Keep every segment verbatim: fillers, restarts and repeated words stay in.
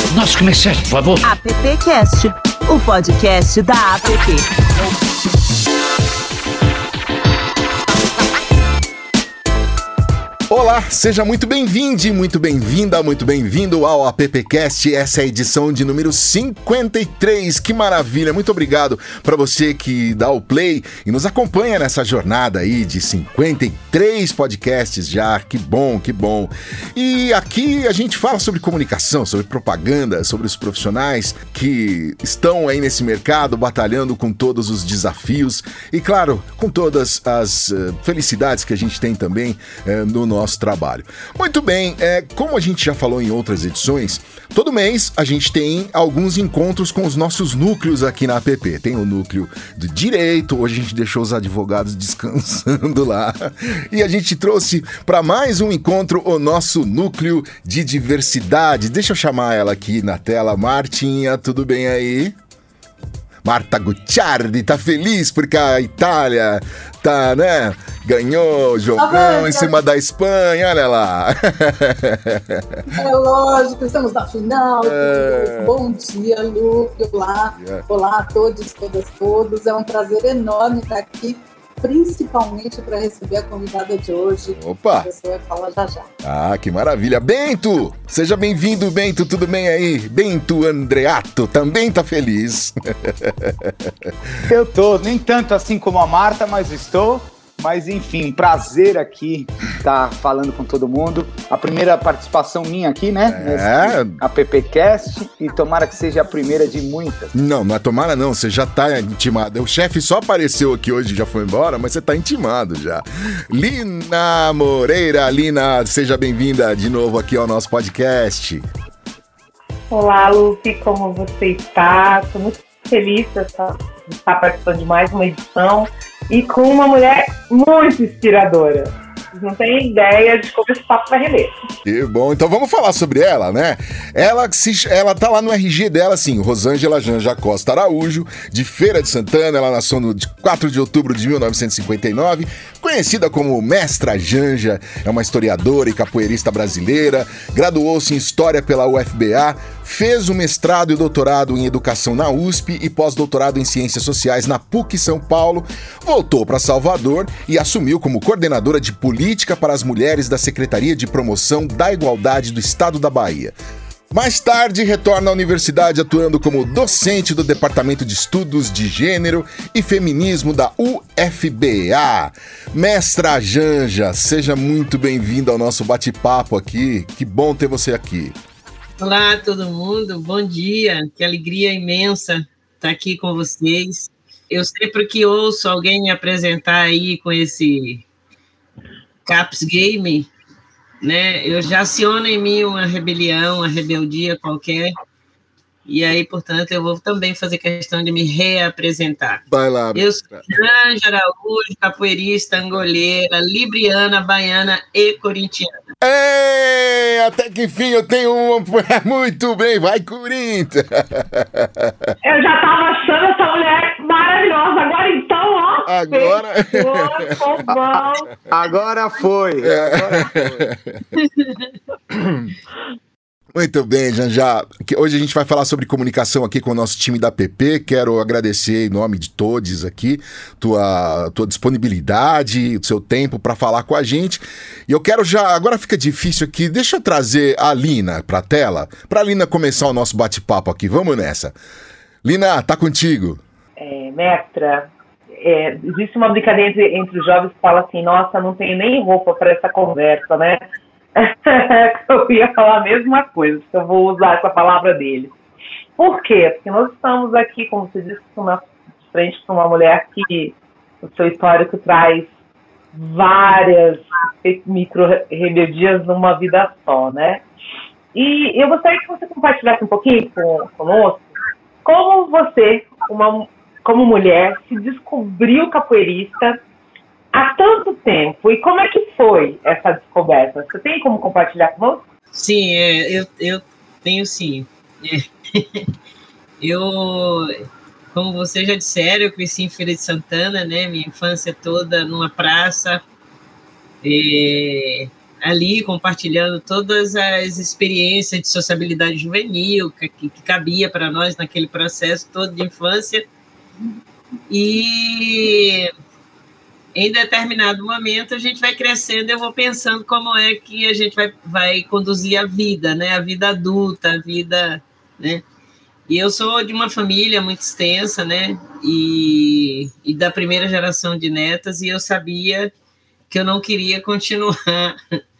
Nossos comerciais, por favor. AppCast, o podcast da App. Olá, seja muito bem-vindo, muito bem-vinda, muito bem-vindo ao AppCast. Essa é a edição de número cinquenta e três. Que maravilha! Muito obrigado para você que dá o play e nos acompanha nessa jornada aí de cinquenta e três podcasts já. Que bom, que bom. E aqui a gente fala sobre comunicação, sobre propaganda, sobre os profissionais que estão aí nesse mercado batalhando com todos os desafios e, claro, com todas as uh, felicidades que a gente tem também uh, no nosso nosso trabalho. Muito bem, é, como a gente já falou em outras edições, todo mês a gente tem alguns encontros com os nossos núcleos aqui na App. Tem o núcleo do direito, hoje a gente deixou os advogados descansando lá, e a gente trouxe para mais um encontro o nosso núcleo de diversidade. Deixa eu chamar ela aqui na tela. Martinha, tudo bem aí? Marta Gucciardi tá feliz porque a Itália tá, né? Ganhou o jogão ah, em cima da Espanha, olha lá. É lógico, estamos na final. É... Bom dia, Luke. Olá, yeah. Olá a todos, todas, todos. É um prazer enorme estar aqui, principalmente para receber a convidada de hoje. Opa! Você vai falar já já. Ah, que maravilha. Bento, seja bem-vindo, Bento, tudo bem aí? Bento Andreato também tá feliz. Eu tô, nem tanto assim como a Marta, mas estou. Mas enfim, prazer aqui estar falando com todo mundo. A primeira participação minha aqui, né? É. Nesse AppCast, e tomara que seja a primeira de muitas. Não, não é tomara não, você já tá intimado. O chefe só apareceu aqui hoje e já foi embora, mas você tá intimado já. Lina Moreira, Lina, seja bem-vinda de novo aqui ao nosso podcast. Olá, Lupe, como você está? Estou muito feliz de estar participando de mais uma edição e com uma mulher muito inspiradora. Vocês não têm ideia de como esse papo vai render. Que bom, então vamos falar sobre ela, né? Ela, se, ela tá lá no R G dela, assim, Rosângela Janja Costa Araújo, de Feira de Santana. Ela nasceu no quatro de outubro de mil novecentos e cinquenta e nove, conhecida como Mestra Janja, é uma historiadora e capoeirista brasileira, graduou-se em História pela U F B A, fez o mestrado e doutorado em Educação na U S P e pós-doutorado em Ciências Sociais na P U C São Paulo, voltou para Salvador e assumiu como coordenadora de Política para as Mulheres da Secretaria de Promoção da Igualdade do Estado da Bahia. Mais tarde, retorna à universidade atuando como docente do Departamento de Estudos de Gênero e Feminismo da U F B A. Mestra Janja, seja muito bem-vinda ao nosso bate-papo aqui. Que bom ter você aqui. Olá, todo mundo. Bom dia. Que alegria imensa estar aqui com vocês. Eu sempre que ouço alguém me apresentar aí com esse Caps Game, né, eu já aciono em mim uma rebelião, uma rebeldia qualquer, e aí, portanto, eu vou também fazer questão de me reapresentar. Vai lá. Eu sou Janja Araújo, capoeirista, angoleira, libriana, baiana e corintiana. Ei, até que enfim eu tenho uma... Muito bem, vai Corinthians! Eu já tava achando essa mulher maravilhosa, agora então, ó. Agora... Fechou, agora foi. É. Agora foi. Muito bem, Janja. Hoje a gente vai falar sobre comunicação aqui com o nosso time da App. Quero agradecer em nome de todos aqui tua, tua disponibilidade, o seu tempo para falar com a gente. E eu quero já... Agora fica difícil aqui. Deixa eu trazer a Lina para a tela, para a Lina começar o nosso bate-papo aqui. Vamos nessa. Lina, tá contigo. É, mestra, é, existe uma brincadeira entre, entre os jovens que fala assim, nossa, não tenho nem roupa para essa conversa, né? Eu ia falar a mesma coisa, eu vou usar essa palavra dele. Por quê? Porque nós estamos aqui, como você disse, de frente com uma mulher que o seu histórico traz várias micro-rebeldias numa vida só, né? E eu gostaria que você compartilhasse um pouquinho com, conosco como você, uma, como mulher, se descobriu capoeirista há tanto tempo, e como é que foi essa descoberta? Você tem como compartilhar conosco? Sim, é, eu, eu tenho sim. É. Eu, como vocês já disseram, eu cresci em Feira de Santana, né? Minha infância toda numa praça, é, ali compartilhando todas as experiências de sociabilidade juvenil que, que cabia para nós naquele processo todo de infância. E em determinado momento a gente vai crescendo, eu vou pensando como é que a gente vai, vai conduzir a vida, né? A vida adulta, a vida, né? E eu sou de uma família muito extensa, né? E, e da primeira geração de netas, e eu sabia que eu não queria continuar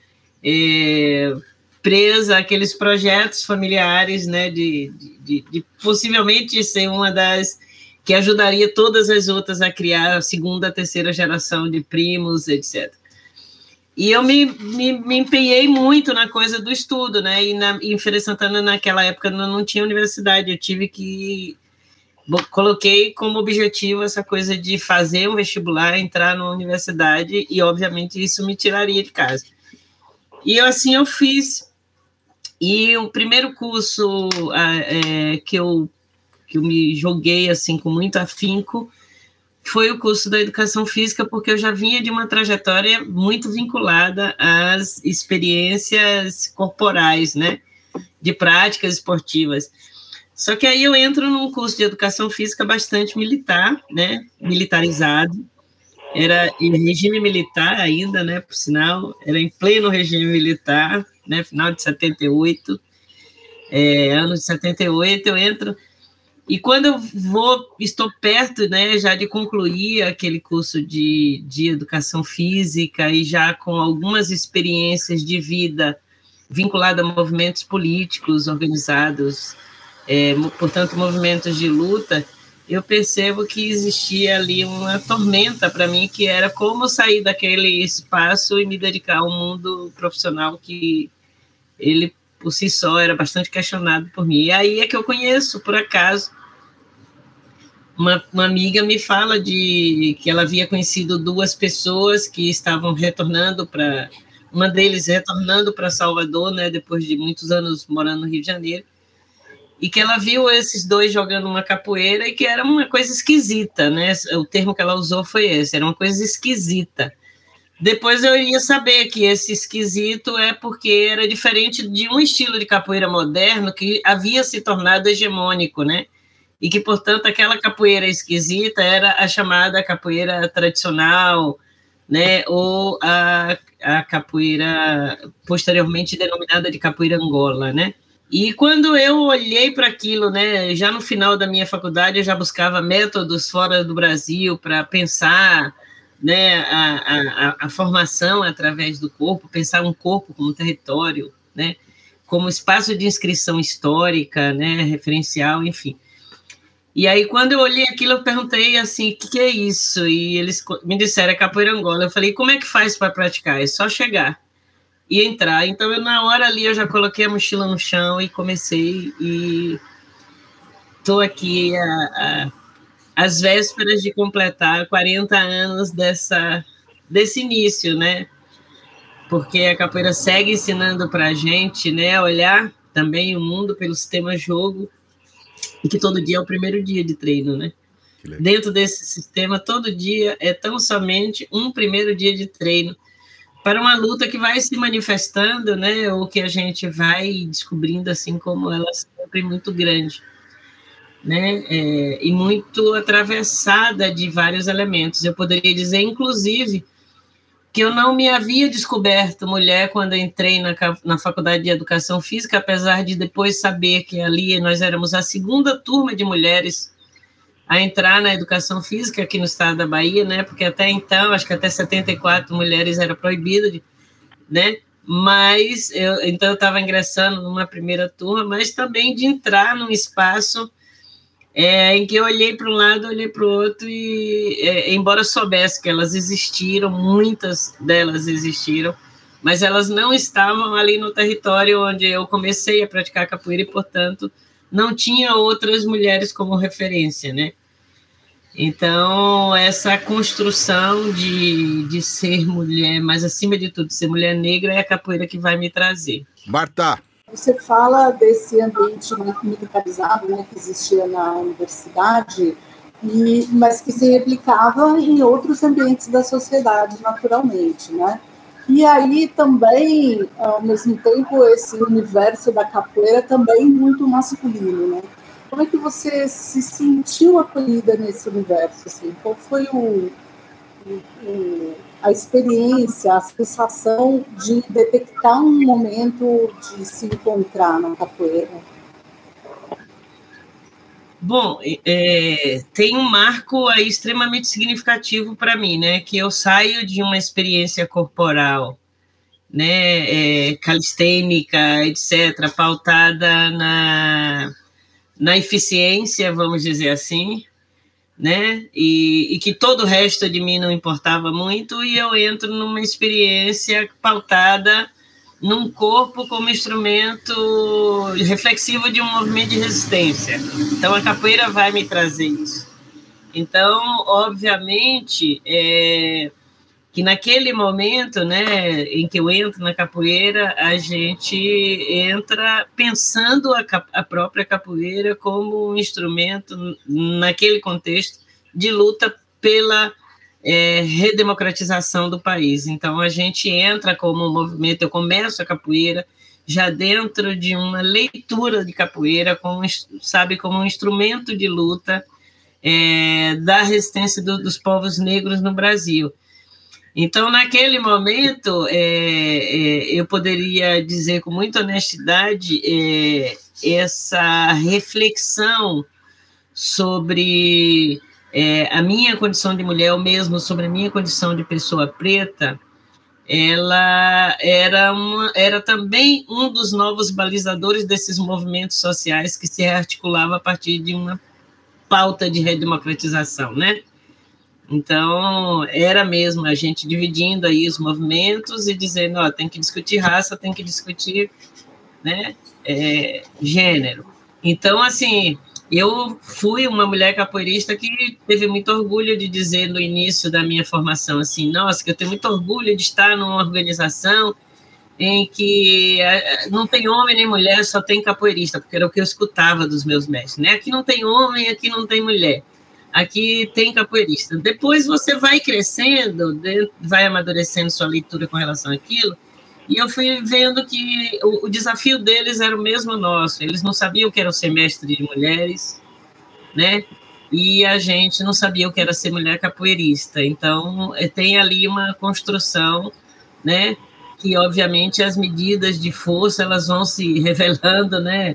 é, presa àqueles projetos familiares, né? De, de, de possivelmente ser uma das que ajudaria todas as outras a criar a segunda, terceira geração de primos, etcétera. E eu me, me, me empenhei muito na coisa do estudo, né? E na, em Feira de Santana, naquela época, não, não tinha universidade, eu tive que... Coloquei como objetivo essa coisa de fazer um vestibular, entrar numa universidade, e, obviamente, isso me tiraria de casa. E, assim, eu fiz. E o primeiro curso é, que eu que eu me joguei assim com muito afinco, foi o curso da Educação Física, porque eu já vinha de uma trajetória muito vinculada às experiências corporais, né, de práticas esportivas. Só que aí eu entro num curso de Educação Física bastante militar, né, militarizado, era em regime militar ainda, né, por sinal, era em pleno regime militar, né, final de setenta e oito, é, ano de setenta e oito, eu entro. E quando eu vou, estou perto, né, já de concluir aquele curso de, de educação física e já com algumas experiências de vida vinculada a movimentos políticos organizados, é, portanto, movimentos de luta, eu percebo que existia ali uma tormenta para mim, que era como sair daquele espaço e me dedicar ao mundo profissional que ele, por si só, era bastante questionado por mim. E aí é que eu conheço, por acaso, Uma, uma amiga me fala de que ela havia conhecido duas pessoas que estavam retornando para... Uma deles retornando para Salvador, né, depois de muitos anos morando no Rio de Janeiro, e que ela viu esses dois jogando uma capoeira e que era uma coisa esquisita, né? O termo que ela usou foi esse, era uma coisa esquisita. Depois eu ia saber que esse esquisito é porque era diferente de um estilo de capoeira moderno que havia se tornado hegemônico, né? E que, portanto, aquela capoeira esquisita era a chamada capoeira tradicional, né, ou a, a capoeira posteriormente denominada de capoeira Angola, né? E quando eu olhei para aquilo, né, já no final da minha faculdade, eu já buscava métodos fora do Brasil para pensar, né, a, a, a formação através do corpo, pensar um corpo como território, né, como espaço de inscrição histórica, né, referencial, enfim. E aí, quando eu olhei aquilo, eu perguntei assim, o que, que é isso? E eles me disseram, é capoeira Angola. Eu falei, como é que faz para praticar? É só chegar e entrar. Então, eu, na hora ali, eu já coloquei a mochila no chão e comecei. E estou aqui a, a, às vésperas de completar quarenta anos dessa, desse início, né? Porque a capoeira segue ensinando para a gente, né, olhar também o mundo pelo sistema jogo, e que todo dia é o primeiro dia de treino, né? Dentro desse sistema, todo dia é tão somente um primeiro dia de treino para uma luta que vai se manifestando, né? Ou que a gente vai descobrindo, assim, como ela é sempre muito grande, né? É, e muito atravessada de vários elementos. Eu poderia dizer, inclusive, que eu não me havia descoberto mulher quando entrei na, na Faculdade de Educação Física, apesar de depois saber que ali nós éramos a segunda turma de mulheres a entrar na Educação Física aqui no estado da Bahia, né? Porque até então, acho que até setenta e quatro mulheres era proibido, de, né? Mas, eu, então eu estava ingressando numa primeira turma, mas também de entrar num espaço É, em que eu olhei para um lado, olhei para o outro, e é, embora soubesse que elas existiram, muitas delas existiram, mas elas não estavam ali no território onde eu comecei a praticar capoeira e, portanto, não tinha outras mulheres como referência, né? Então, essa construção de, de ser mulher, mas, acima de tudo, ser mulher negra, é a capoeira que vai me trazer. Marta! Você fala desse ambiente militarizado, né, que existia na universidade, e, mas que se replicava em outros ambientes da sociedade, naturalmente, né? E aí também, ao mesmo tempo, esse universo da capoeira também muito masculino, né? Como é que você se sentiu acolhida nesse universo? Assim? Qual foi o, o, a experiência, a sensação de detectar um momento de se encontrar na capoeira? Bom, é, tem um marco aí extremamente significativo para mim, né? Que eu saio de uma experiência corporal, né? É, calistênica, etcétera, pautada na, na eficiência, vamos dizer assim, né? E, e que todo o resto de mim não importava muito, e eu entro numa experiência pautada num corpo como instrumento reflexivo de um movimento de resistência. Então, a capoeira vai me trazer isso. Então, obviamente, é, que naquele momento, né, em que eu entro na capoeira, a gente entra pensando a, a própria capoeira como um instrumento, naquele contexto, de luta pela É, redemocratização do país. Então, a gente entra como um movimento, eu começo a capoeira já dentro de uma leitura de capoeira, como, sabe, como um instrumento de luta é, da resistência do, dos povos negros no Brasil. Então, naquele momento, é, é, eu poderia dizer com muita honestidade é, essa reflexão sobre É, a minha condição de mulher, ou mesmo sobre a minha condição de pessoa preta, ela era, uma, era também um dos novos balizadores desses movimentos sociais que se articulava a partir de uma pauta de redemocratização, né? Então, era mesmo a gente dividindo aí os movimentos e dizendo, ó, tem que discutir raça, tem que discutir, né, é, gênero. Então, assim, eu fui uma mulher capoeirista que teve muito orgulho de dizer no início da minha formação, assim, nossa, que eu tenho muito orgulho de estar numa organização em que não tem homem nem mulher, só tem capoeirista, porque era o que eu escutava dos meus mestres, né? Aqui não tem homem, aqui não tem mulher, aqui tem capoeirista. Depois você vai crescendo, vai amadurecendo sua leitura com relação àquilo, e eu fui vendo que o, o desafio deles era o mesmo nosso. Eles não sabiam o que era o semestre de mulheres, né? E a gente não sabia o que era ser mulher capoeirista. Então, tem ali uma construção, né? Que, obviamente, as medidas de força elas vão se revelando, né?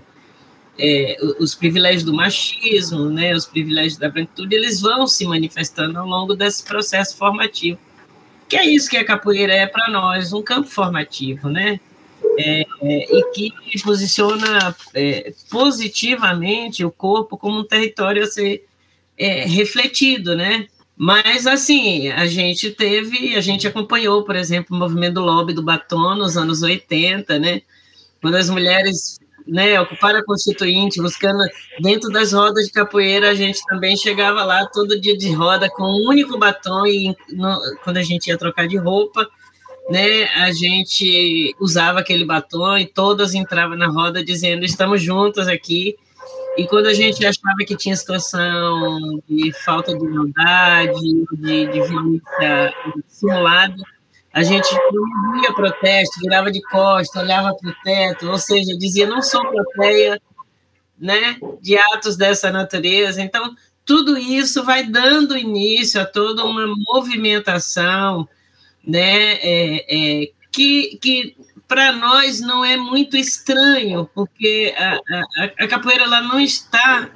É, os privilégios do machismo, né? Os privilégios da branquitude, eles vão se manifestando ao longo desse processo formativo. Que é isso que a capoeira é para nós, um campo formativo, né? É, é, e que posiciona é, positivamente o corpo como um território a ser é, refletido, né? Mas, assim, a gente teve, a gente acompanhou, por exemplo, o movimento do lobby do batom nos anos oitenta, né? Quando as mulheres, né, ocuparam a Constituinte, buscando, dentro das rodas de capoeira, a gente também chegava lá todo dia de roda com um único batom, e no, quando a gente ia trocar de roupa, né, a gente usava aquele batom e todas entravam na roda dizendo, estamos juntas aqui. E quando a gente achava que tinha situação de falta de igualdade, de, de violência simulada, a gente promovia protesto, virava de costas, olhava para o teto, ou seja, dizia, não sou plateia, né, de atos dessa natureza. Então, tudo isso vai dando início a toda uma movimentação, né, é, é, que, que para nós não é muito estranho, porque a, a, a capoeira ela não está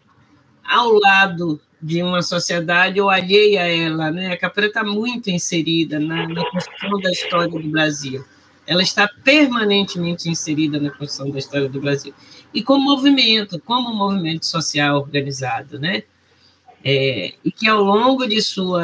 ao lado de uma sociedade ou alheia a ela, né? A capoeira está muito inserida na, na construção da história do Brasil. Ela está permanentemente inserida na construção da história do Brasil. E como movimento, como um movimento social organizado, né? É, e que ao longo de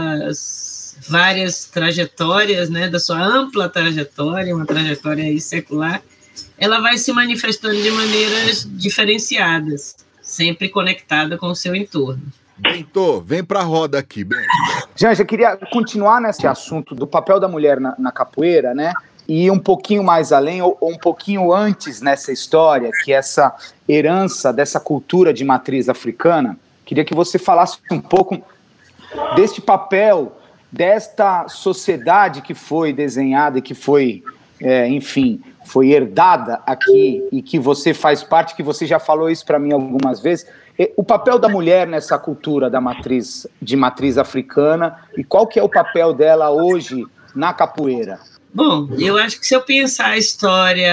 suas várias trajetórias, né, da sua ampla trajetória, uma trajetória aí secular, ela vai se manifestando de maneiras diferenciadas, sempre conectada com o seu entorno. Bento, vem para a roda aqui, Bento. Janja, eu queria continuar nesse assunto do papel da mulher na, na capoeira, né? E ir um pouquinho mais além, ou, ou um pouquinho antes nessa história, que é essa herança dessa cultura de matriz africana. Queria que você falasse um pouco deste papel desta sociedade que foi desenhada e que foi, é, enfim, foi herdada aqui e que você faz parte, que você já falou isso para mim algumas vezes, o papel da mulher nessa cultura da matriz, de matriz africana, e qual que é o papel dela hoje na capoeira? Bom, eu acho que se eu pensar a história,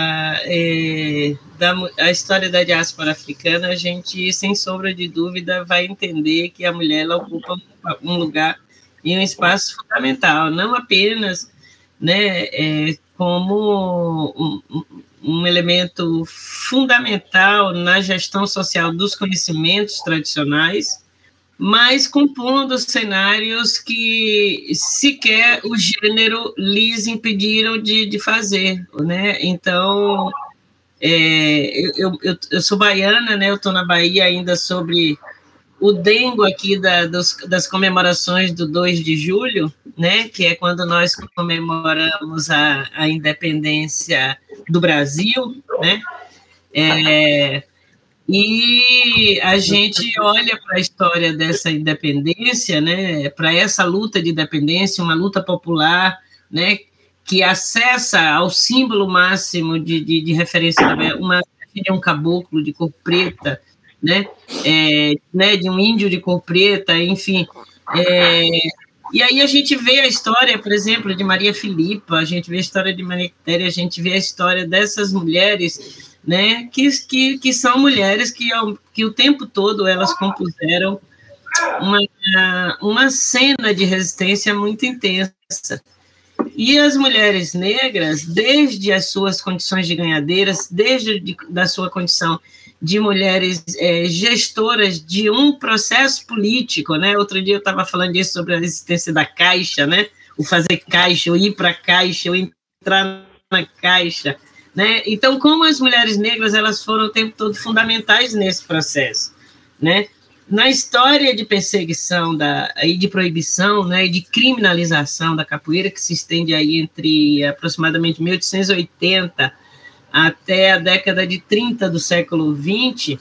é, da, a história da diáspora africana, a gente, sem sombra de dúvida, vai entender que a mulher ela ocupa um lugar e um espaço fundamental, não apenas, né, é, como um, um elemento fundamental na gestão social dos conhecimentos tradicionais, mas compondo cenários que sequer o gênero lhes impediram de, de fazer, né? Então, é, eu, eu, eu sou baiana, né? Eu estou na Bahia ainda sobre o dengo aqui da, dos, das comemorações do dois de julho, né? Que é quando nós comemoramos a, a independência do Brasil, né? É, e a gente olha para a história dessa independência, né, para essa luta de independência, uma luta popular, né, que acessa ao símbolo máximo de, de, de referência, uma, de um caboclo de cor preta, né, é, né, de um índio de cor preta, enfim. É, e aí a gente vê a história, por exemplo, de Maria Filipa, a gente vê a história de Maria Quitéria, a gente vê a história dessas mulheres, né, que, que, que são mulheres que, que o tempo todo elas compuseram uma, uma cena de resistência muito intensa. E as mulheres negras, desde as suas condições de ganhadeiras, desde de, da sua condição de mulheres é, gestoras de um processo político, né? Outro dia eu estava falando disso sobre a existência da Caixa, né? O fazer caixa, o ir para a Caixa, o entrar na Caixa, né? Então, como as mulheres negras elas foram o tempo todo fundamentais nesse processo, né? Na história de perseguição da, e de proibição, né, e de criminalização da capoeira, que se estende aí entre aproximadamente mil oitocentos e oitenta até a década de trinta do século vinte,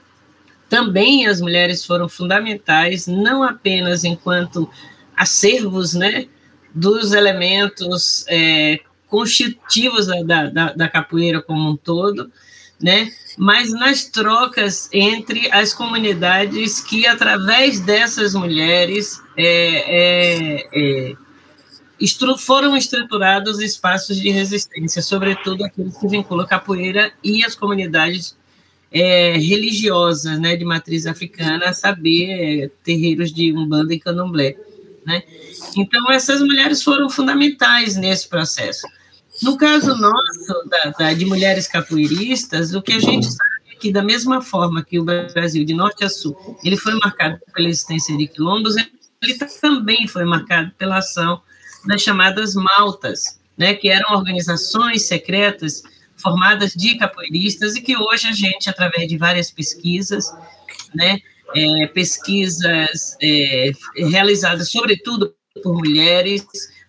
também as mulheres foram fundamentais, não apenas enquanto acervos, né, dos elementos é, constitutivos da, da, da capoeira como um todo, né, mas nas trocas entre as comunidades que, através dessas mulheres, é, é, é, estru foram estruturados espaços de resistência, sobretudo aqueles que vinculam a capoeira e as comunidades é, religiosas, né, de matriz africana, a saber, é, terreiros de Umbanda e Candomblé, né? Então, essas mulheres foram fundamentais nesse processo. No caso nosso, da, da, de mulheres capoeiristas, o que a gente sabe é que, da mesma forma que o Brasil, de norte a sul, ele foi marcado pela existência de quilombos, ele também foi marcado pela ação das chamadas maltas, né, que eram organizações secretas formadas de capoeiristas e que hoje a gente, através de várias pesquisas, né, é, pesquisas é, realizadas, sobretudo por mulheres,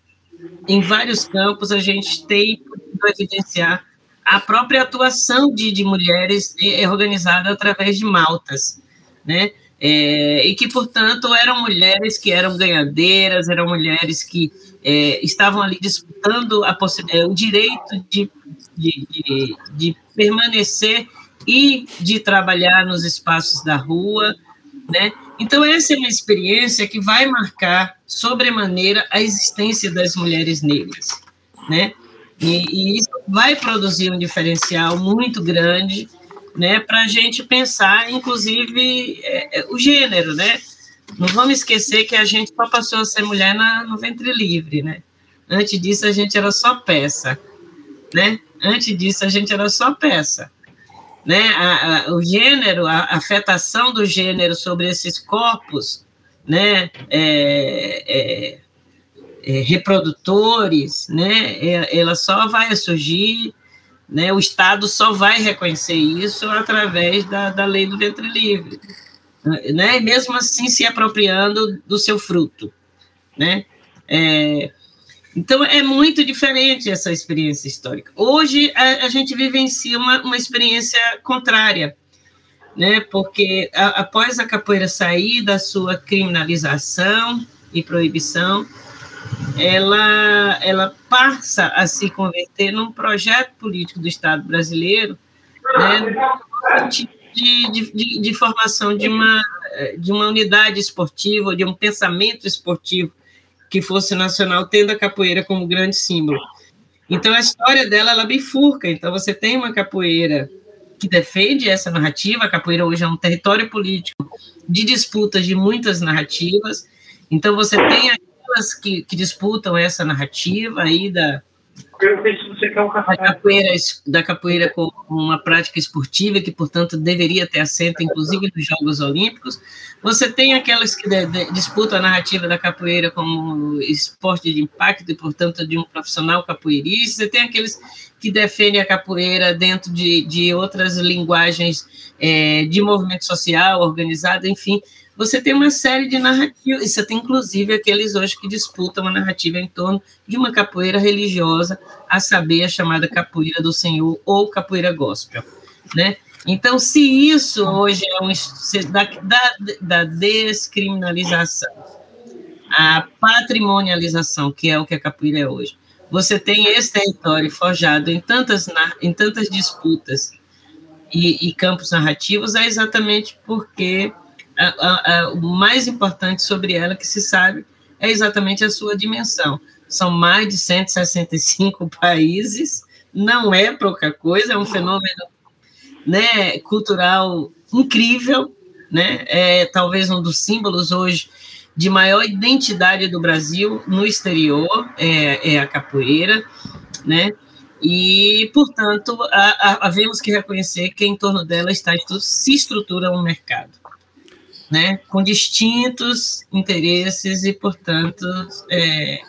em vários campos, a gente tem podido evidenciar a própria atuação de, de mulheres organizada através de maltas, né? É, e que, portanto, eram mulheres que eram ganhadeiras, eram mulheres que é, estavam ali disputando a o direito de, de, de, de permanecer e de trabalhar nos espaços da rua, né? Então, essa é uma experiência que vai marcar sobremaneira a existência das mulheres negras, né? E, e isso vai produzir um diferencial muito grande, né, para a gente pensar, inclusive, é, o gênero, né? Não vamos esquecer que a gente só passou a ser mulher na, no ventre livre, né? Antes disso, a gente era só peça, né? Antes disso, a gente era só peça. Né, a, a, o gênero, a, a afetação do gênero sobre esses corpos, né, é, é, é, reprodutores, né, é, ela só vai surgir, né, o Estado só vai reconhecer isso através da, da lei do ventre livre, né, e mesmo assim se apropriando do seu fruto, né. É, Então, é muito diferente essa experiência histórica. Hoje, a, a gente vivencia uma, uma experiência contrária, né? Porque a, após a capoeira sair da sua criminalização e proibição, ela, ela passa a se converter num projeto político do Estado brasileiro, né, de, de, de, de formação de uma, de uma unidade esportiva, de um pensamento esportivo que fosse nacional, tendo a capoeira como grande símbolo. Então, a história dela, ela bifurca. Então, você tem uma capoeira que defende essa narrativa. A capoeira hoje é um território político de disputas de muitas narrativas. Então, você tem aquelas que, que disputam essa narrativa aí da, da, capoeira, da capoeira como uma prática esportiva, que, portanto, deveria ter assento, inclusive, nos Jogos Olímpicos. Você tem aquelas que de, de, disputam a narrativa da capoeira como esporte de impacto e, portanto, de um profissional capoeirista. Você tem aqueles que defendem a capoeira dentro de, de outras linguagens é, de movimento social, organizado, enfim. Você tem uma série de narrativas, e você tem, inclusive, aqueles hoje que disputam a narrativa em torno de uma capoeira religiosa, a saber, a chamada capoeira do Senhor ou capoeira gospel, né? Então, se isso hoje é um da, da, da descriminalização, a patrimonialização, que é o que a capoeira é hoje, você tem esse território forjado em tantas, em tantas disputas e, e campos narrativos, é exatamente porque a, a, a, o mais importante sobre ela que se sabe é exatamente a sua dimensão. São mais de cento e sessenta e cinco países, não é pouca coisa, é um fenômeno, né, cultural incrível, né? É talvez um dos símbolos hoje de maior identidade do Brasil no exterior, é, é a capoeira, né? E, portanto, havemos que reconhecer que em torno dela está, se estrutura um mercado, né? Com distintos interesses e, portanto, é,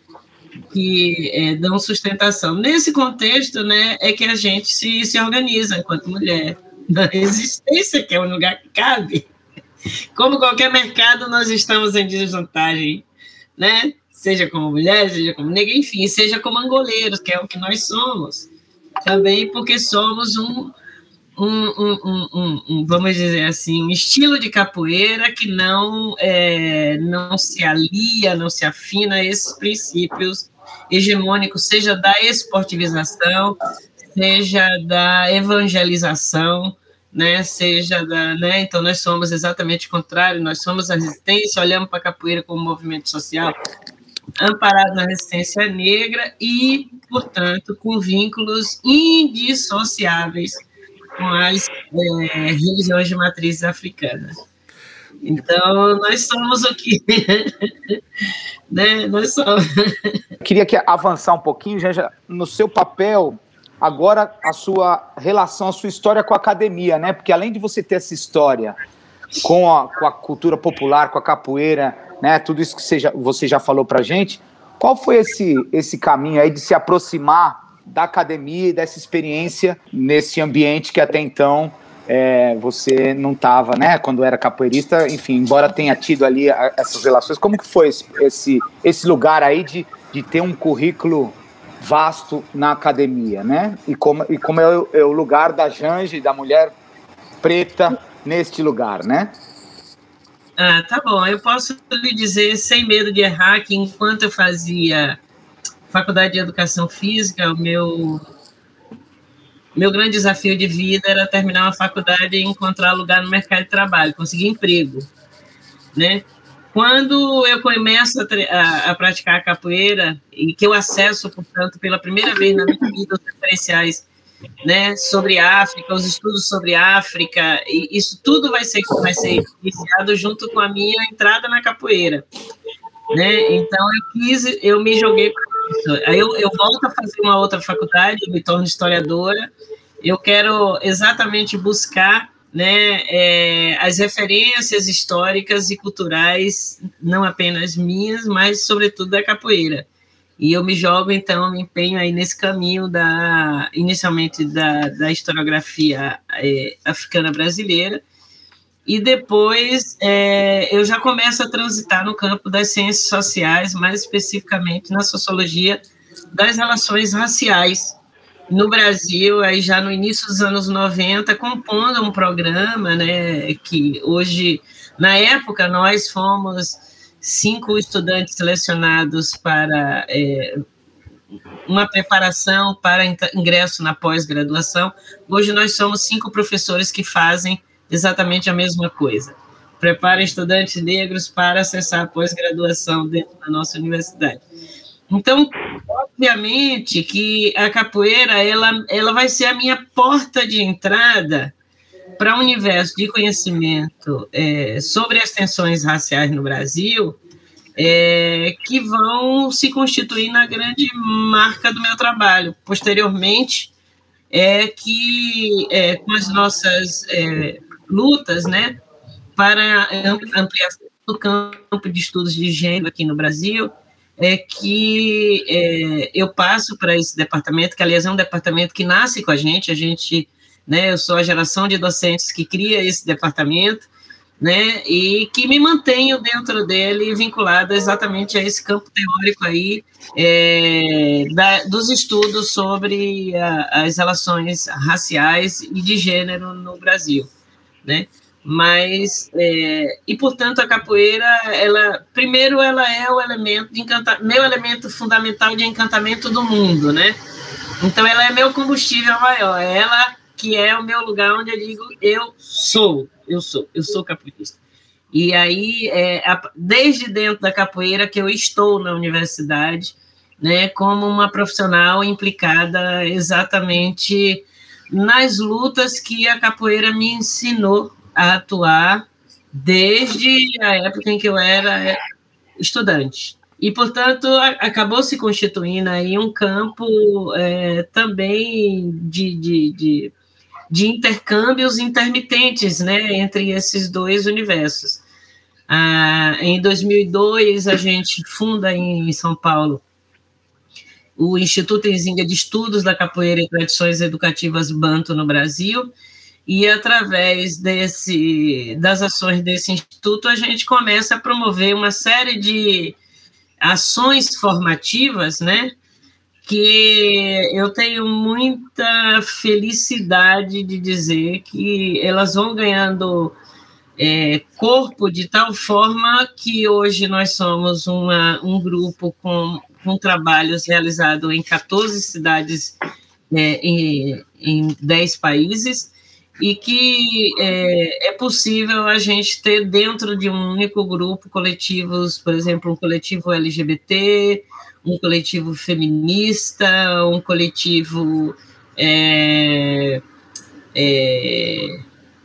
que é, dão sustentação. Nesse contexto, né, é que a gente se, se organiza enquanto mulher, na resistência, que é um lugar que cabe. Como qualquer mercado, nós estamos em desvantagem, né? Seja como mulher, seja como negra, enfim, seja como angoleiros, que é o que nós somos. Também porque somos um, um, um, um, um, um vamos dizer assim, um estilo de capoeira que não, é, não se alia, não se afina a esses princípios hegemônicos, seja da esportivização, seja da evangelização, né, seja da, né, então nós somos exatamente o contrário, nós somos a resistência, olhamos para a capoeira como um movimento social amparado na resistência negra e, portanto, com vínculos indissociáveis com as é, religiões de matrizes africanas. Então, nós somos o que... né, nós somos... Queria que avançar um pouquinho, Janja, no seu papel... Agora, a sua relação, a sua história com a academia, né? Porque além de você ter essa história com a, com a cultura popular, com a capoeira, né? Tudo isso que você já, você já falou pra gente, qual foi esse, esse caminho aí de se aproximar da academia e dessa experiência nesse ambiente que até então é, você não estava, né? Quando era capoeirista, enfim, embora tenha tido ali a, essas relações, como que foi esse, esse, esse lugar aí de, de ter um currículo vasto na academia, né? E como, e como é, o, é o lugar da Janja e da mulher preta neste lugar, né? Ah, tá bom. Eu posso lhe dizer, sem medo de errar, que enquanto eu fazia faculdade de Educação Física, o meu, meu grande desafio de vida era terminar uma faculdade e encontrar lugar no mercado de trabalho, conseguir emprego, né? Quando eu começo a, a, a praticar a capoeira, e que eu acesso, portanto, pela primeira vez na minha vida, os referenciais, né, sobre África, os estudos sobre África, e isso tudo vai ser, vai ser iniciado junto com a minha entrada na capoeira, né? Então, eu quis, eu me joguei para isso. Aí eu, eu volto a fazer uma outra faculdade, eu me torno historiadora, eu quero exatamente buscar, né, é, as referências históricas e culturais, não apenas minhas, mas sobretudo da capoeira. E eu me jogo, então, me empenho aí nesse caminho, da, inicialmente da, da historiografia é, africana brasileira, e depois é, eu já começo a transitar no campo das ciências sociais, mais especificamente na sociologia das relações raciais, no Brasil, aí já no início dos anos noventa, compondo um programa, né, que hoje, na época, nós fomos cinco estudantes selecionados para é, uma preparação para ingresso na pós-graduação. Hoje nós somos cinco professores que fazem exatamente a mesma coisa. Prepara estudantes negros para acessar a pós-graduação dentro da nossa universidade. Então, obviamente que a capoeira ela, ela vai ser a minha porta de entrada para o universo de conhecimento é, sobre as tensões raciais no Brasil, É, que vão se constituir na grande marca do meu trabalho. Posteriormente, é que é, com as nossas é, lutas, né, para ampliação do campo de estudos de gênero aqui no Brasil, é que é, eu passo para esse departamento, que, aliás, é um departamento que nasce com a gente, a gente, né, eu sou a geração de docentes que cria esse departamento, né, e que me mantenho dentro dele vinculada exatamente a esse campo teórico aí é, da, dos estudos sobre a, as relações raciais e de gênero no Brasil, né, mas, é, e portanto a capoeira, ela, primeiro ela é o elemento de encanta, meu elemento fundamental de encantamento do mundo, né, então ela é meu combustível maior, é ela que é o meu lugar onde eu digo, eu sou, eu sou, eu sou capoeirista. E aí, é, a, desde dentro da capoeira que eu estou na universidade, né, como uma profissional implicada exatamente nas lutas que a capoeira me ensinou a atuar desde a época em que eu era estudante. E, portanto, a, acabou se constituindo aí um campo é, também de... de, de de intercâmbios intermitentes, né, entre esses dois universos. Ah, em dois mil e dois, a gente funda em São Paulo o Instituto Nzinga de Estudos da Capoeira e Tradições Educativas Banto no Brasil, e através desse, das ações desse instituto, a gente começa a promover uma série de ações formativas, né, que eu tenho muita felicidade de dizer que elas vão ganhando é, corpo de tal forma que hoje nós somos uma, um grupo com, com trabalhos realizados em quatorze cidades, é, em, em dez países, e que é, é possível a gente ter dentro de um único grupo coletivos, por exemplo, um coletivo L G B T, um coletivo feminista, um coletivo é, é,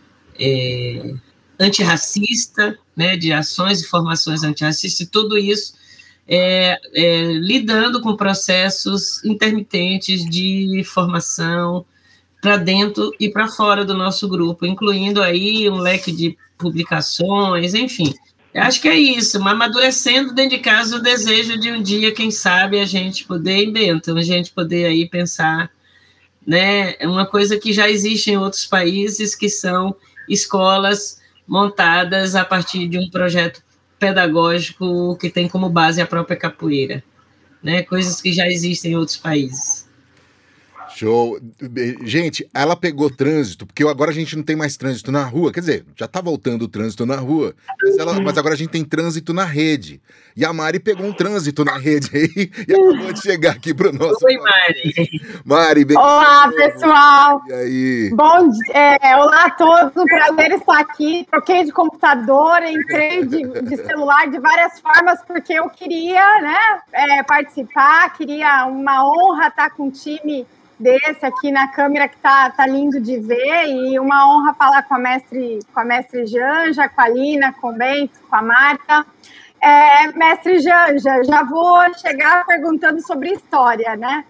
é, antirracista, né, de ações e formações antirracistas, e tudo isso é, é, lidando com processos intermitentes de formação para dentro e para fora do nosso grupo, incluindo aí um leque de publicações, enfim. Eu acho que é isso, mas amadurecendo dentro de casa o desejo de um dia, quem sabe, a gente poder ir dentro, a gente poder aí pensar, né, uma coisa que já existe em outros países, que são escolas montadas a partir de um projeto pedagógico que tem como base a própria capoeira, né, coisas que já existem em outros países. Show. Gente, ela pegou trânsito, porque agora a gente não tem mais trânsito na rua, quer dizer, já tá voltando o trânsito na rua, mas, ela, mas agora a gente tem trânsito na rede. E a Mari pegou um trânsito na rede aí e acabou de chegar aqui pro nosso... Oi, Mari. Mari, bem Olá, pessoal. E aí? Bom dia. É, olá a todos, um prazer estar aqui. Troquei de computador, entrei de, de celular de várias formas, porque eu queria, né, é, participar, queria uma honra estar com um time desse aqui na câmera, que tá, tá lindo de ver, e uma honra falar com a mestre, com a mestre Janja, com a Lina, com o Bento, com a Marta. É, mestre Janja, já vou chegar perguntando sobre história, né?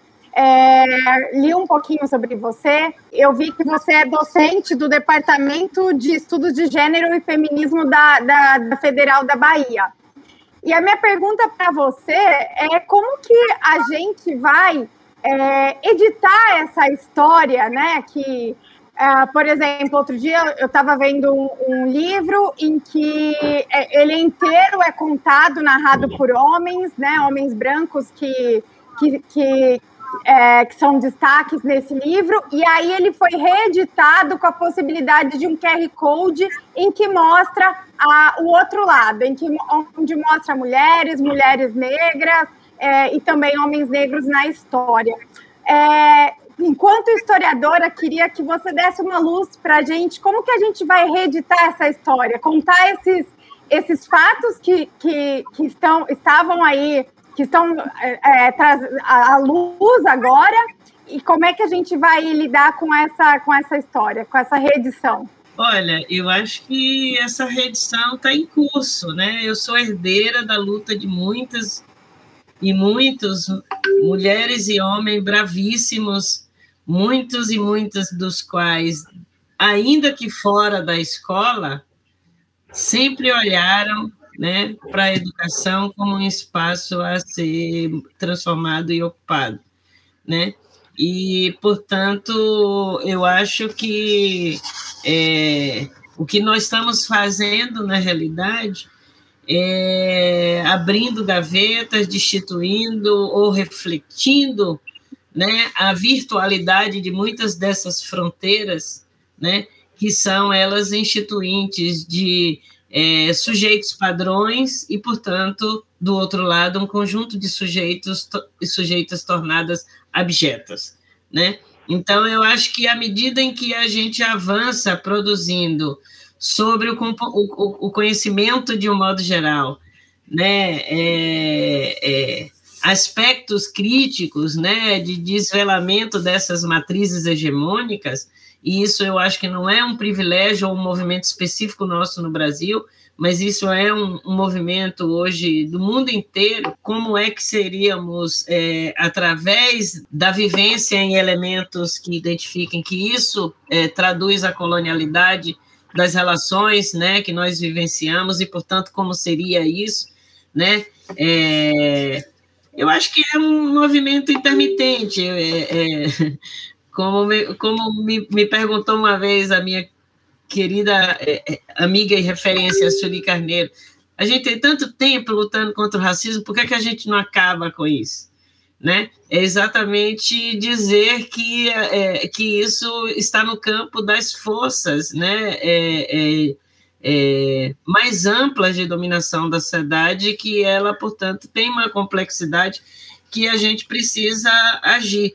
É, li um pouquinho sobre você, eu vi que você é docente do Departamento de Estudos de Gênero e Feminismo da, da, da Federal da Bahia. E a minha pergunta para você é como que a gente vai É, editar essa história, né, que, uh, por exemplo, outro dia eu estava vendo um, um livro em que ele inteiro é contado, narrado por homens, né, homens brancos que, que, que é, que são destaques nesse livro, e aí ele foi reeditado com a possibilidade de um Q R Code em que mostra a, o outro lado, em que, onde mostra mulheres, mulheres negras é, e também homens negros na história. É, enquanto historiadora, queria que você desse uma luz para a gente, como que a gente vai reeditar essa história, contar esses, esses fatos que, que, que estão, estavam aí, que estão é, à luz agora, e como é que a gente vai lidar com essa, com essa história, com essa reedição? Olha, eu acho que essa reedição está em curso, né? Eu sou herdeira da luta de muitas e muitos mulheres e homens bravíssimos, muitos e muitas dos quais, ainda que fora da escola, sempre olharam, né, para a educação como um espaço a ser transformado e ocupado, né? E, portanto, eu acho que é, o que nós estamos fazendo, na realidade, é abrindo gavetas, destituindo ou refletindo, né, a virtualidade de muitas dessas fronteiras, né, que são elas instituintes de É, sujeitos padrões e, portanto, do outro lado, um conjunto de sujeitos e sujeitas tornadas abjetas, né? Então, eu acho que à medida em que a gente avança produzindo sobre o, o, o conhecimento de um modo geral, né, é, é, aspectos críticos, né, de desvelamento dessas matrizes hegemônicas, e isso eu acho que não é um privilégio ou um movimento específico nosso no Brasil, mas isso é um, um movimento hoje do mundo inteiro. Como é que seríamos, é, através da vivência em elementos que identifiquem que isso é, traduz a colonialidade das relações, né, que nós vivenciamos, e, portanto, como seria isso, né? É, eu acho que é um movimento intermitente, é, é, Como, me, como me, me perguntou uma vez a minha querida eh, amiga e referência, Sueli Carneiro, a gente tem tanto tempo lutando contra o racismo, por que, que a gente não acaba com isso? Né? É exatamente dizer que, é, que isso está no campo das forças, né? é, é, é, mais amplas de dominação da sociedade, que ela, portanto, tem uma complexidade que a gente precisa agir.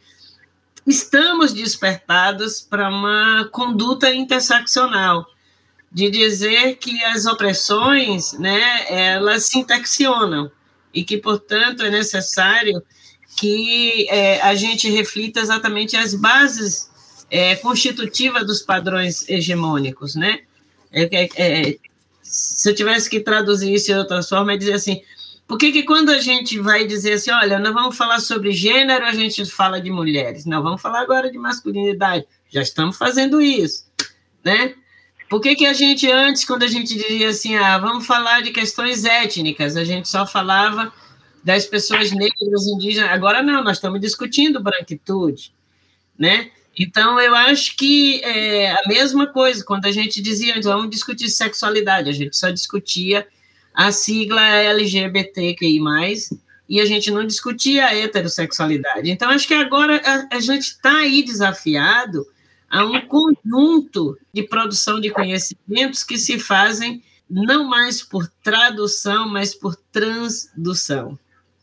Estamos despertados para uma conduta interseccional, de dizer que as opressões, né, elas se interseccionam, e que, portanto, é necessário que é, a gente reflita exatamente as bases é, constitutivas dos padrões hegemônicos, né? É, é, é, se eu tivesse que traduzir isso de outra forma, é dizer assim, por que que quando a gente vai dizer assim, olha, nós vamos falar sobre gênero, a gente fala de mulheres, não, vamos falar agora de masculinidade, já estamos fazendo isso, né? Por que que a gente antes, quando a gente dizia assim, ah, vamos falar de questões étnicas, a gente só falava das pessoas negras, indígenas, agora não, nós estamos discutindo branquitude, né? Então, eu acho que é a mesma coisa, quando a gente dizia, vamos discutir sexualidade, a gente só discutia a sigla L G B T Q I mais, e a gente não discutia a heterossexualidade. Então, acho que agora a, a gente está aí desafiado a um conjunto de produção de conhecimentos que se fazem não mais por tradução, mas por transdução,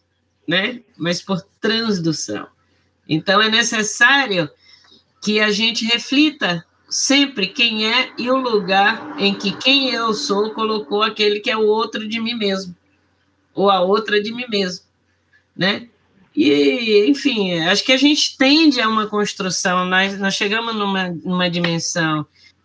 né? Mas por transdução. Então, é necessário que a gente reflita sempre quem é e o lugar em que quem eu sou colocou aquele que é o outro de mim mesmo, ou a outra de mim mesmo, né? E, enfim, acho que a gente tende a uma construção, nós, nós chegamos numa, numa dimensão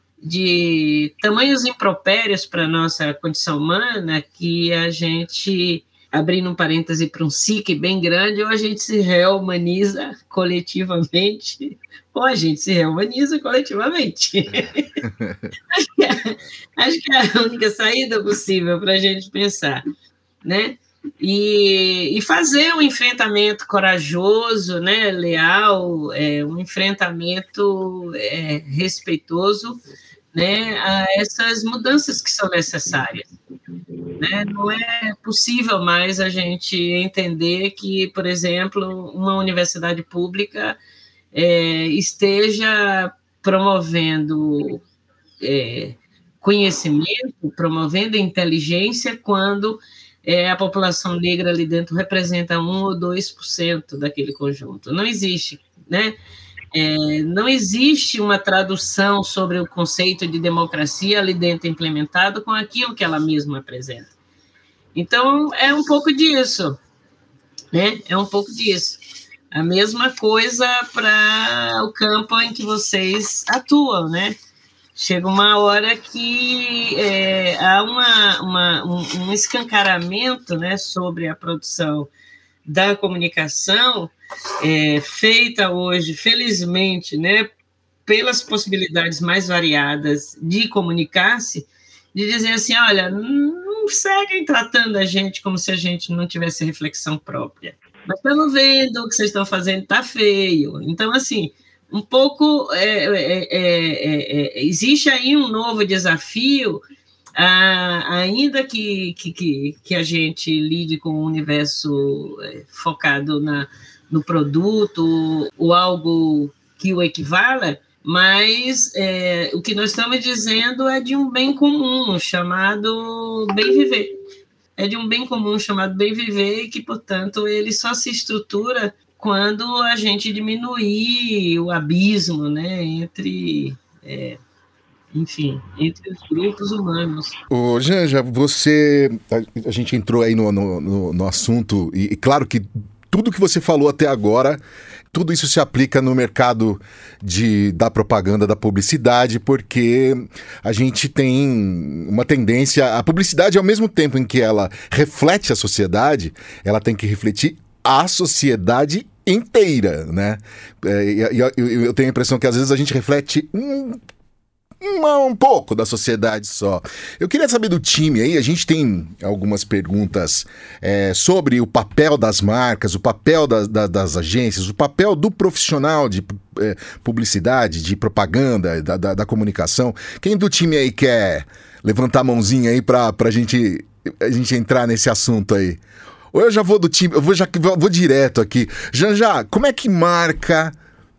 de tamanhos impropérios para a nossa condição humana que a gente, abrindo um parêntese para um S I C bem grande, ou a gente se reumaniza coletivamente, ou a gente se reumaniza coletivamente. acho, que é, acho que é a única saída possível para a gente pensar, né? E, e fazer um enfrentamento corajoso, né, leal, é, um enfrentamento é, respeitoso, né, a essas mudanças que são necessárias. né? Não é possível mais a gente entender que, por exemplo, uma universidade pública é, esteja promovendo é, conhecimento, promovendo inteligência, quando é, a população negra ali dentro representa um ou dois por cento daquele conjunto. Não existe, né? É, não existe uma tradução sobre o conceito de democracia ali dentro implementado com aquilo que ela mesma apresenta. Então, é um pouco disso, né? É um pouco disso. A mesma coisa para o campo em que vocês atuam, né? Chega uma hora que é, há uma, uma, um, um escancaramento, né, sobre a produção da comunicação, é, feita hoje, felizmente, né, pelas possibilidades mais variadas de comunicar-se, de dizer assim, olha, não seguem tratando a gente como se a gente não tivesse reflexão própria. Mas estamos vendo o que vocês estão fazendo, está feio. Então, assim, um pouco, é, é, é, é, existe aí um novo desafio, ah, ainda que, que, que a gente lide com um universo focado na, no produto ou algo que o equivala, mas é, o que nós estamos dizendo é de um bem comum chamado bem viver. É de um bem comum chamado bem viver e que, portanto, ele só se estrutura quando a gente diminuir o abismo, né, entre... É, enfim, entre os grupos humanos. Ô, Janja, você... A, a gente entrou aí no, no, no, no assunto, e, e claro que tudo que você falou até agora, tudo isso se aplica no mercado de, da propaganda, da publicidade, porque a gente tem uma tendência... A publicidade, ao mesmo tempo em que ela reflete a sociedade, ela tem que refletir a sociedade inteira, né? É, e, eu, eu tenho a impressão que às vezes a gente reflete um... Uma, um pouco da sociedade só. Eu queria saber do time aí, a gente tem algumas perguntas é, sobre o papel das marcas, o papel da, da, das agências, o papel do profissional de é, publicidade, de propaganda, da, da, da comunicação. Quem do time aí quer levantar a mãozinha aí pra, pra gente, a gente entrar nesse assunto aí? Ou eu já vou do time, eu vou, já, vou direto aqui. Janja, como é que marca...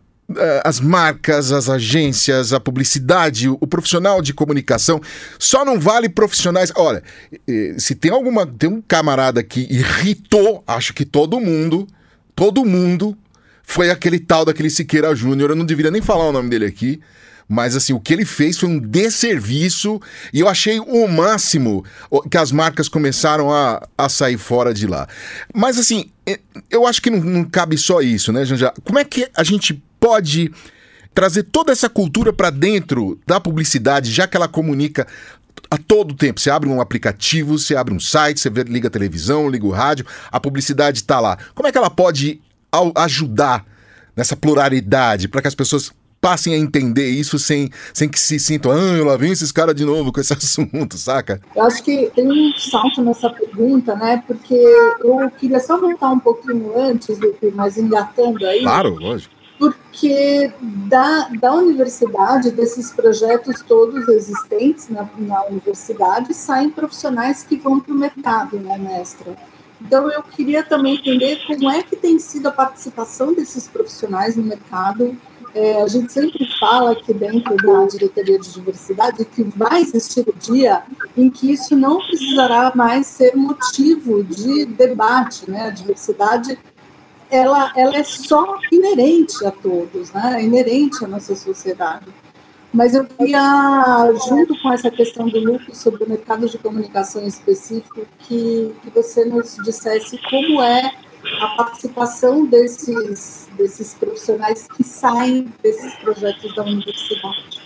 as marcas, as agências, a publicidade, o profissional de comunicação, só não vale profissionais. Olha, se tem alguma, tem um camarada que irritou, acho que todo mundo, todo mundo, foi aquele tal daquele Siqueira Júnior. Eu não deveria nem falar o nome dele aqui, mas assim, o que ele fez foi um desserviço, e eu achei o máximo que as marcas começaram a, a sair fora de lá. Mas assim, eu acho que não, não cabe só isso, né, Janja? Como é que a gente pode trazer toda essa cultura para dentro da publicidade, já que ela comunica a todo tempo? Você abre um aplicativo, você abre um site, você liga a televisão, liga o rádio, a publicidade está lá. Como é que ela pode ajudar nessa pluralidade para que as pessoas passem a entender isso sem, sem que se sintam, ah, lá vem esses caras de novo com esse assunto, saca? Eu acho que tem um salto nessa pergunta, né? Porque eu queria só voltar um pouquinho antes, mas engatando aí. Claro, lógico. Porque da, da universidade, desses projetos todos existentes na, na universidade, saem profissionais que vão para o mercado, né, mestra? Então, eu queria também entender como é que tem sido a participação desses profissionais no mercado. É, a gente sempre fala aqui dentro da diretoria de diversidade que vai existir o dia em que isso não precisará mais ser motivo de debate, né? A diversidade ela, ela é só inerente a todos, né? É inerente à nossa sociedade. Mas eu queria, junto com essa questão do Lucas sobre o mercado de comunicação específico, que, que você nos dissesse como é a participação desses, desses profissionais que saem desses projetos da universidade.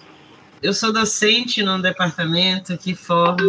Eu sou docente num departamento que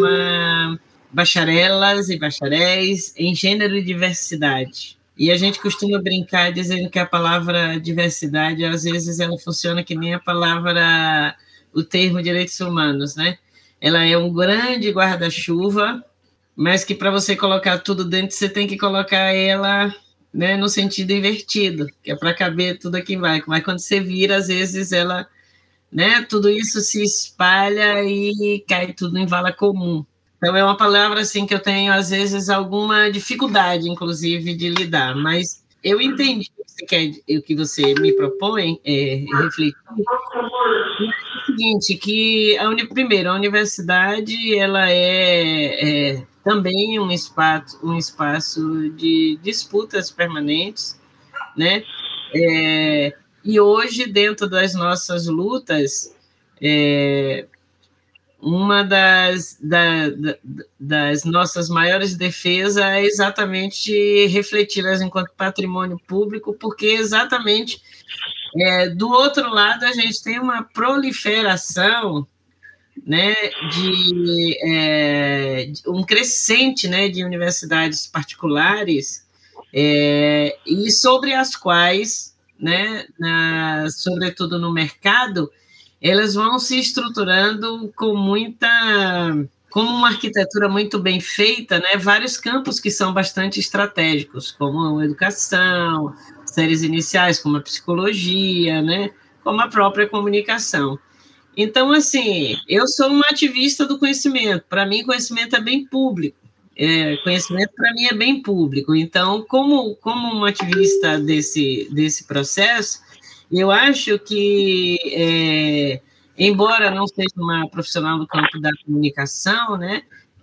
forma bacharelas e bacharéis em gênero e diversidade. E a gente costuma brincar dizendo que a palavra diversidade, às vezes, ela funciona que nem a palavra, o termo direitos humanos, né? Ela é um grande guarda-chuva, mas que para você colocar tudo dentro, você tem que colocar ela, né, no sentido invertido, que é para caber tudo aqui vai. Mas quando você vira, às vezes ela, né, tudo isso se espalha e cai tudo em vala comum. Então, é uma palavra assim, que eu tenho, às vezes, alguma dificuldade, inclusive, de lidar, mas eu entendi o que você, quer, o que você me propõe é, refletir. É o seguinte, que, a uni, primeiro, a universidade ela é, é também um espaço, um espaço de disputas permanentes, né? É, e hoje, dentro das nossas lutas, é, uma das, da, da, das nossas maiores defesas é exatamente refleti-las enquanto patrimônio público, porque exatamente é, do outro lado a gente tem uma proliferação, né, de, é, de um crescente, né, de universidades particulares, é, e sobre as quais, né, na, sobretudo no mercado, elas vão se estruturando com muita, como uma arquitetura muito bem feita, né? Vários campos que são bastante estratégicos, como a educação, séries iniciais, como a psicologia, né? Como a própria comunicação. Então, assim, eu sou uma ativista do conhecimento. Para mim, conhecimento é bem público. É, conhecimento, para mim, é bem público. Então, como, como uma ativista desse, desse processo, eu acho que, é, embora não seja uma profissional do campo da comunicação, né,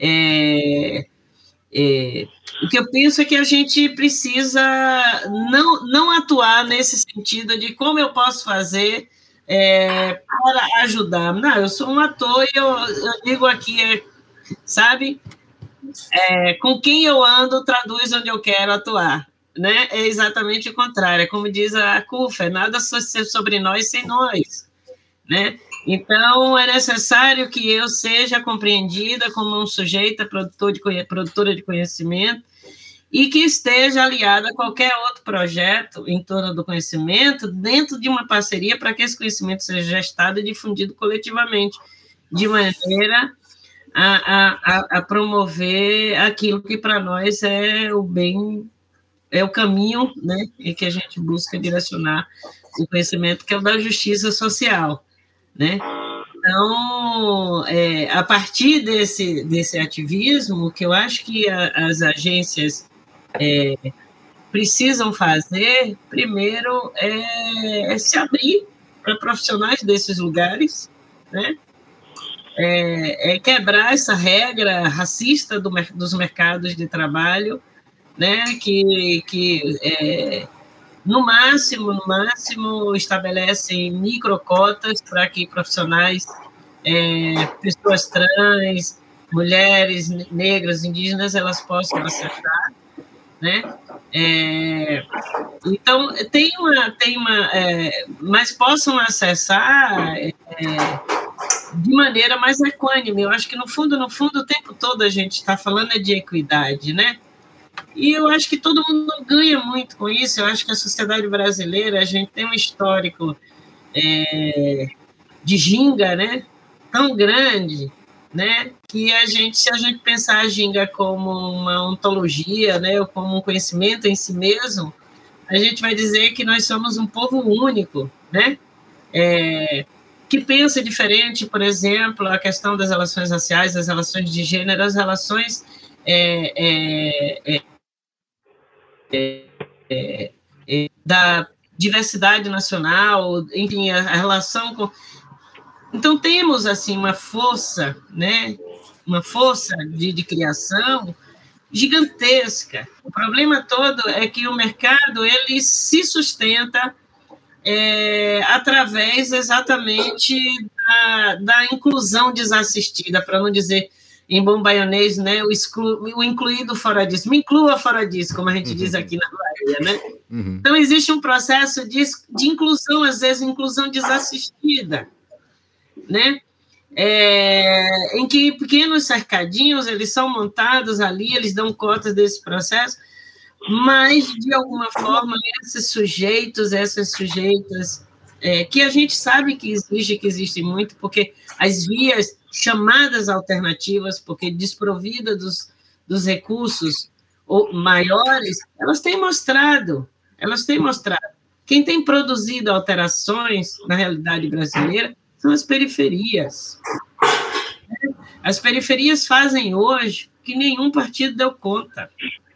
é, é, o que eu penso é que a gente precisa não, não atuar nesse sentido de como eu posso fazer é, para ajudar. Não, eu sou um ator e eu, eu digo aqui, é, sabe, é, com quem eu ando traduz onde eu quero atuar. Né? É exatamente o contrário, é como diz a Kufa, nada sobre nós sem nós, né? Então, é necessário que eu seja compreendida como um sujeito produtor de, produtora de conhecimento e que esteja aliada a qualquer outro projeto em torno do conhecimento, dentro de uma parceria para que esse conhecimento seja gestado e difundido coletivamente, de maneira a, a, a promover aquilo que para nós é o bem, é o caminho, né, em que a gente busca direcionar o conhecimento, que é o da justiça social, né? Então, é, a partir desse, desse ativismo, que eu acho que a, as agências é, precisam fazer, primeiro, é, é se abrir para profissionais desses lugares, né? É, é quebrar essa regra racista do, dos mercados de trabalho, né, que, que é, no máximo, no máximo, estabelecem microcotas para que profissionais, é, pessoas trans, mulheres, negras, indígenas, elas possam acessar, né? É, então, tem uma... Tem uma é, mas possam acessar é, de maneira mais equânime. Eu acho que, no fundo, no fundo, o tempo todo a gente está falando é de equidade, né? E eu acho que todo mundo ganha muito com isso. Eu acho que a sociedade brasileira, a gente tem um histórico é, de ginga, né, tão grande, né, que a gente, se a gente pensar a ginga como uma ontologia, né, ou como um conhecimento em si mesmo, a gente vai dizer que nós somos um povo único, né, é, que pensa diferente, por exemplo, a questão das relações raciais, as relações de gênero, as relações... É, é, é, É, é, é, da diversidade nacional, enfim, a, a relação com... Então, temos, assim, uma força, né, uma força de, de criação gigantesca. O problema todo é que o mercado, ele se sustenta é, através, exatamente, da, da inclusão desassistida, para não dizer... em bom baianês, né, o, exclu, o incluído fora disso, me inclua fora disso, como a gente uhum. diz aqui na Bahia, né? Uhum. Então, existe um processo de, de inclusão, às vezes, inclusão desassistida, né? É, em que pequenos cercadinhos, eles são montados ali, eles dão cotas desse processo, mas, de alguma forma, esses sujeitos, essas sujeitas, é, que a gente sabe que existe, que existem muito, porque as vias chamadas alternativas, porque desprovidas dos, dos recursos maiores, elas têm mostrado, elas têm mostrado. Quem tem produzido alterações na realidade brasileira são as periferias. As periferias fazem hoje o que nenhum partido deu conta.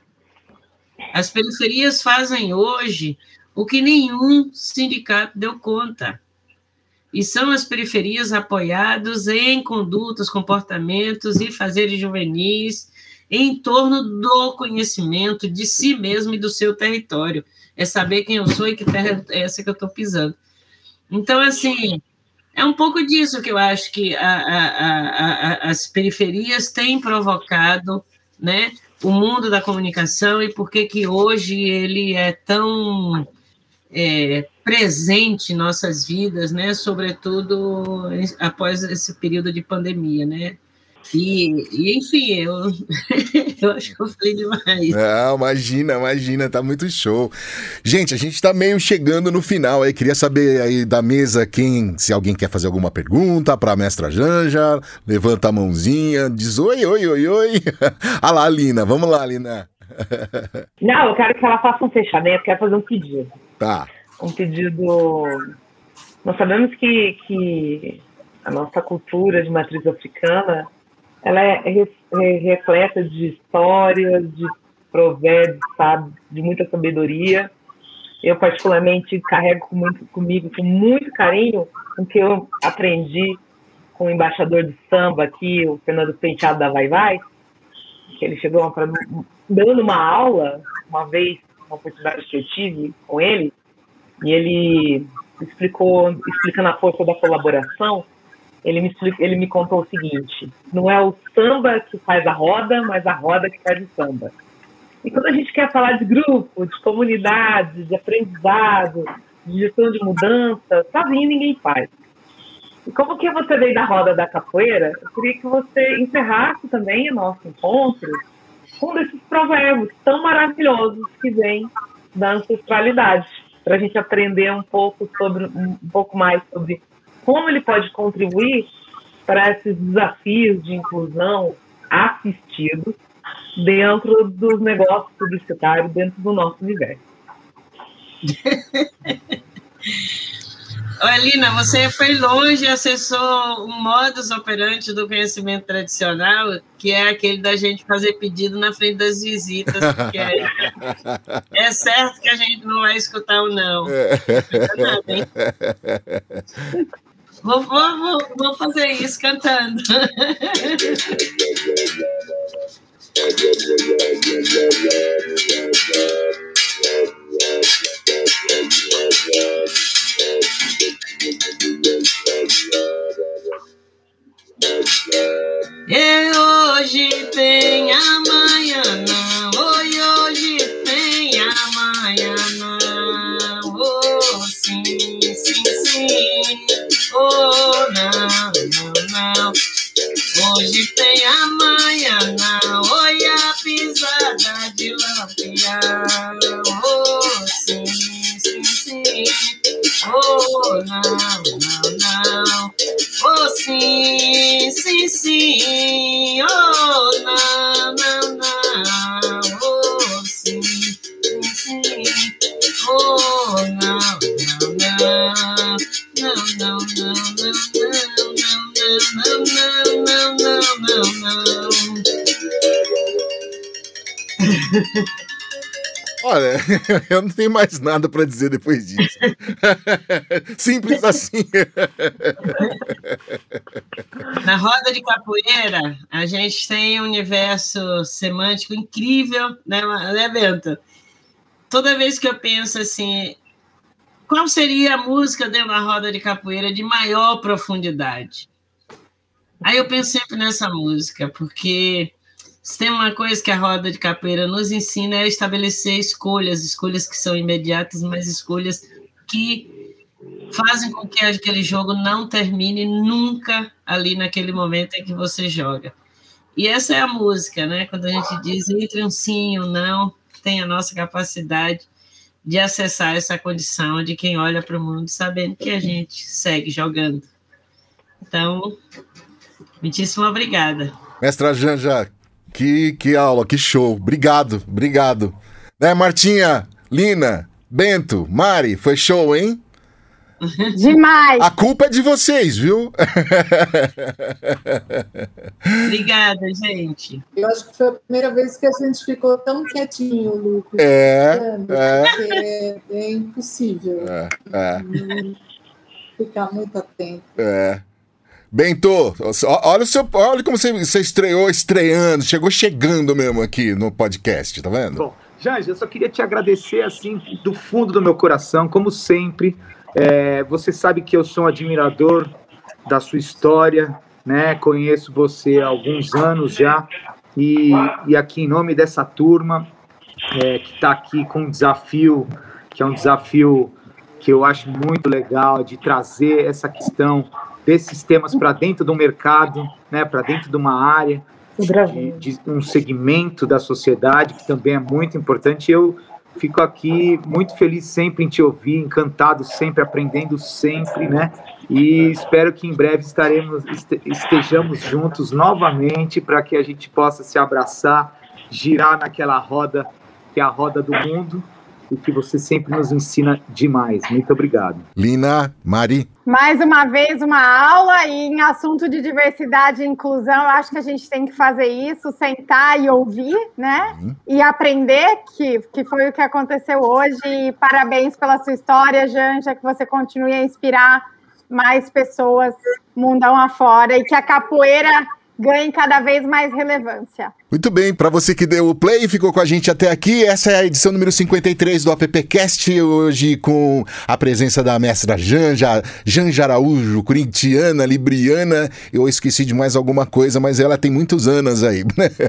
As periferias fazem hoje o que nenhum sindicato deu conta. E são as periferias apoiadas em condutas, comportamentos e fazeres juvenis em torno do conhecimento de si mesmo e do seu território. É saber quem eu sou e que terra é essa que eu estou pisando. Então, assim, é um pouco disso que eu acho que a, a, a, a, as periferias têm provocado, né, o mundo da comunicação e por que que hoje ele é tão é, presente em nossas vidas, né, sobretudo após esse período de pandemia, né? E, e enfim, eu, eu acho que eu falei demais. Não, imagina, imagina, tá muito show. Gente, a gente tá meio chegando no final aí, queria saber aí da mesa quem, se alguém quer fazer alguma pergunta pra mestra Janja, levanta a mãozinha, diz oi, oi, oi, oi. Ah lá, Lina, vamos lá, Lina. Não, eu quero que ela faça um fechamento, quero fazer um pedido. Tá. Um pedido... Nós sabemos que, que a nossa cultura de matriz africana ela é, é repleta de histórias, de provérbios, sabe, de muita sabedoria. Eu, particularmente, carrego com muito, comigo com muito carinho o que eu aprendi com o embaixador de samba aqui, o Fernando Penteado da Vai Vai, que ele chegou pra, dando uma aula, uma vez, uma oportunidade que eu tive com ele, e ele explicou, explicando a força da colaboração. Ele me, explica, ele me contou o seguinte: não é o samba que faz a roda, mas a roda que faz o samba. E quando a gente quer falar de grupo, de comunidade, de aprendizado, de gestão de mudança, sozinho ninguém faz. E como que você veio da roda da capoeira, eu queria que você encerrasse também o nosso encontro com um desses provérbios tão maravilhosos que vêm da ancestralidade, para a gente aprender um pouco, sobre, um pouco mais sobre como ele pode contribuir para esses desafios de inclusão assistidos dentro dos negócios publicitários, dentro do nosso universo. Olha, Lina, você foi longe e acessou um modus operandi do conhecimento tradicional, que é aquele da gente fazer pedido na frente das visitas, porque é, é certo que a gente não vai escutar o não. Não, hein? Vou, vou, vou, vou fazer isso cantando. E hoje tem amanhã não, oi, hoje tem amanhã não, oh, sim, sim, sim, oh, não, não, não, hoje tem amanhã não, oi, a pisada de lampião, oh, sim, sim, sim, oh, não, não, não, oh, sim, sim, sim, oh, não, não, não, oh, sim, sim, sim, oh, não, não, não, não, não, não, não, não, não, não, não, não. Olha, eu não tenho mais nada para dizer depois disso. Simples assim. Na roda de capoeira, a gente tem um universo semântico incrível, né, né, Bento? Toda vez que eu penso assim, qual seria a música dentro da roda de capoeira de maior profundidade? Aí eu penso sempre nessa música, porque se tem uma coisa que a roda de capoeira nos ensina é estabelecer escolhas, escolhas que são imediatas, mas escolhas que fazem com que aquele jogo não termine nunca ali naquele momento em que você joga. E essa é a música, né? Quando a gente diz entre um sim e um não, tem a nossa capacidade de acessar essa condição de quem olha para o mundo sabendo que a gente segue jogando. Então, muitíssimo obrigada. Mestra Janja, que, que aula, que show. Obrigado, obrigado. Né, Martinha, Lina, Bento, Mari, foi show, hein? Demais. A culpa é de vocês, viu? Obrigada, gente. Eu acho que foi a primeira vez que a gente ficou tão quietinho, Lucas. É, é. É, é impossível. É, é. Ficar muito atento. É. Bento, olha, o seu, olha como você, você estreou estreando, chegou chegando mesmo aqui no podcast, tá vendo? Bom, Janja, eu só queria te agradecer, assim, do fundo do meu coração, como sempre. É, você sabe que eu sou um admirador da sua história, né? Conheço você há alguns anos já, e, e aqui em nome dessa turma, é, que está aqui com um desafio, que é um desafio que eu acho muito legal, de trazer essa questão desses temas para dentro do mercado, né, para dentro de uma área, de, de um segmento da sociedade que também é muito importante. Eu fico aqui muito feliz sempre em te ouvir, encantado sempre, aprendendo sempre, né? E espero que em breve estaremos, estejamos juntos novamente para que a gente possa se abraçar, girar naquela roda que é a roda do mundo, e que você sempre nos ensina demais. Muito obrigado. Lina, Mari. Mais uma vez, uma aula, e em assunto de diversidade e inclusão, eu acho que a gente tem que fazer isso, sentar e ouvir, né? Uhum. E aprender, que, que foi o que aconteceu hoje. E parabéns pela sua história, Janja, que você continue a inspirar mais pessoas mundão afora e que a capoeira ganhe cada vez mais relevância. Muito bem, para você que deu o play e ficou com a gente até aqui, essa é a edição número cinquenta e três do AppCast, hoje com a presença da mestra Janja, Janja Araújo, corintiana, libriana, eu esqueci de mais alguma coisa, mas ela tem muitos anos aí.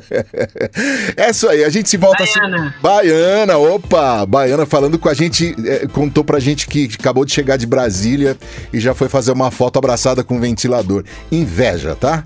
É isso aí, a gente se volta... Baiana. Assim... Baiana, opa, Baiana falando com a gente, é, contou pra gente que acabou de chegar de Brasília e já foi fazer uma foto abraçada com um ventilador. Inveja, tá?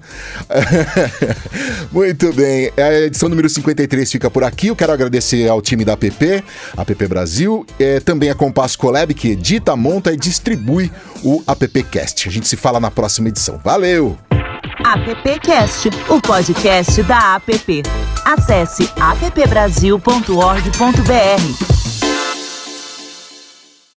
Muito bem, a edição número cinquenta e três fica por aqui. Eu quero agradecer ao time da App, App Brasil, é, também a Compasso Collab, que edita, monta e distribui o AppCast. A gente se fala na próxima edição. Valeu! AppCast, o podcast da App. Acesse app brasil ponto org ponto br.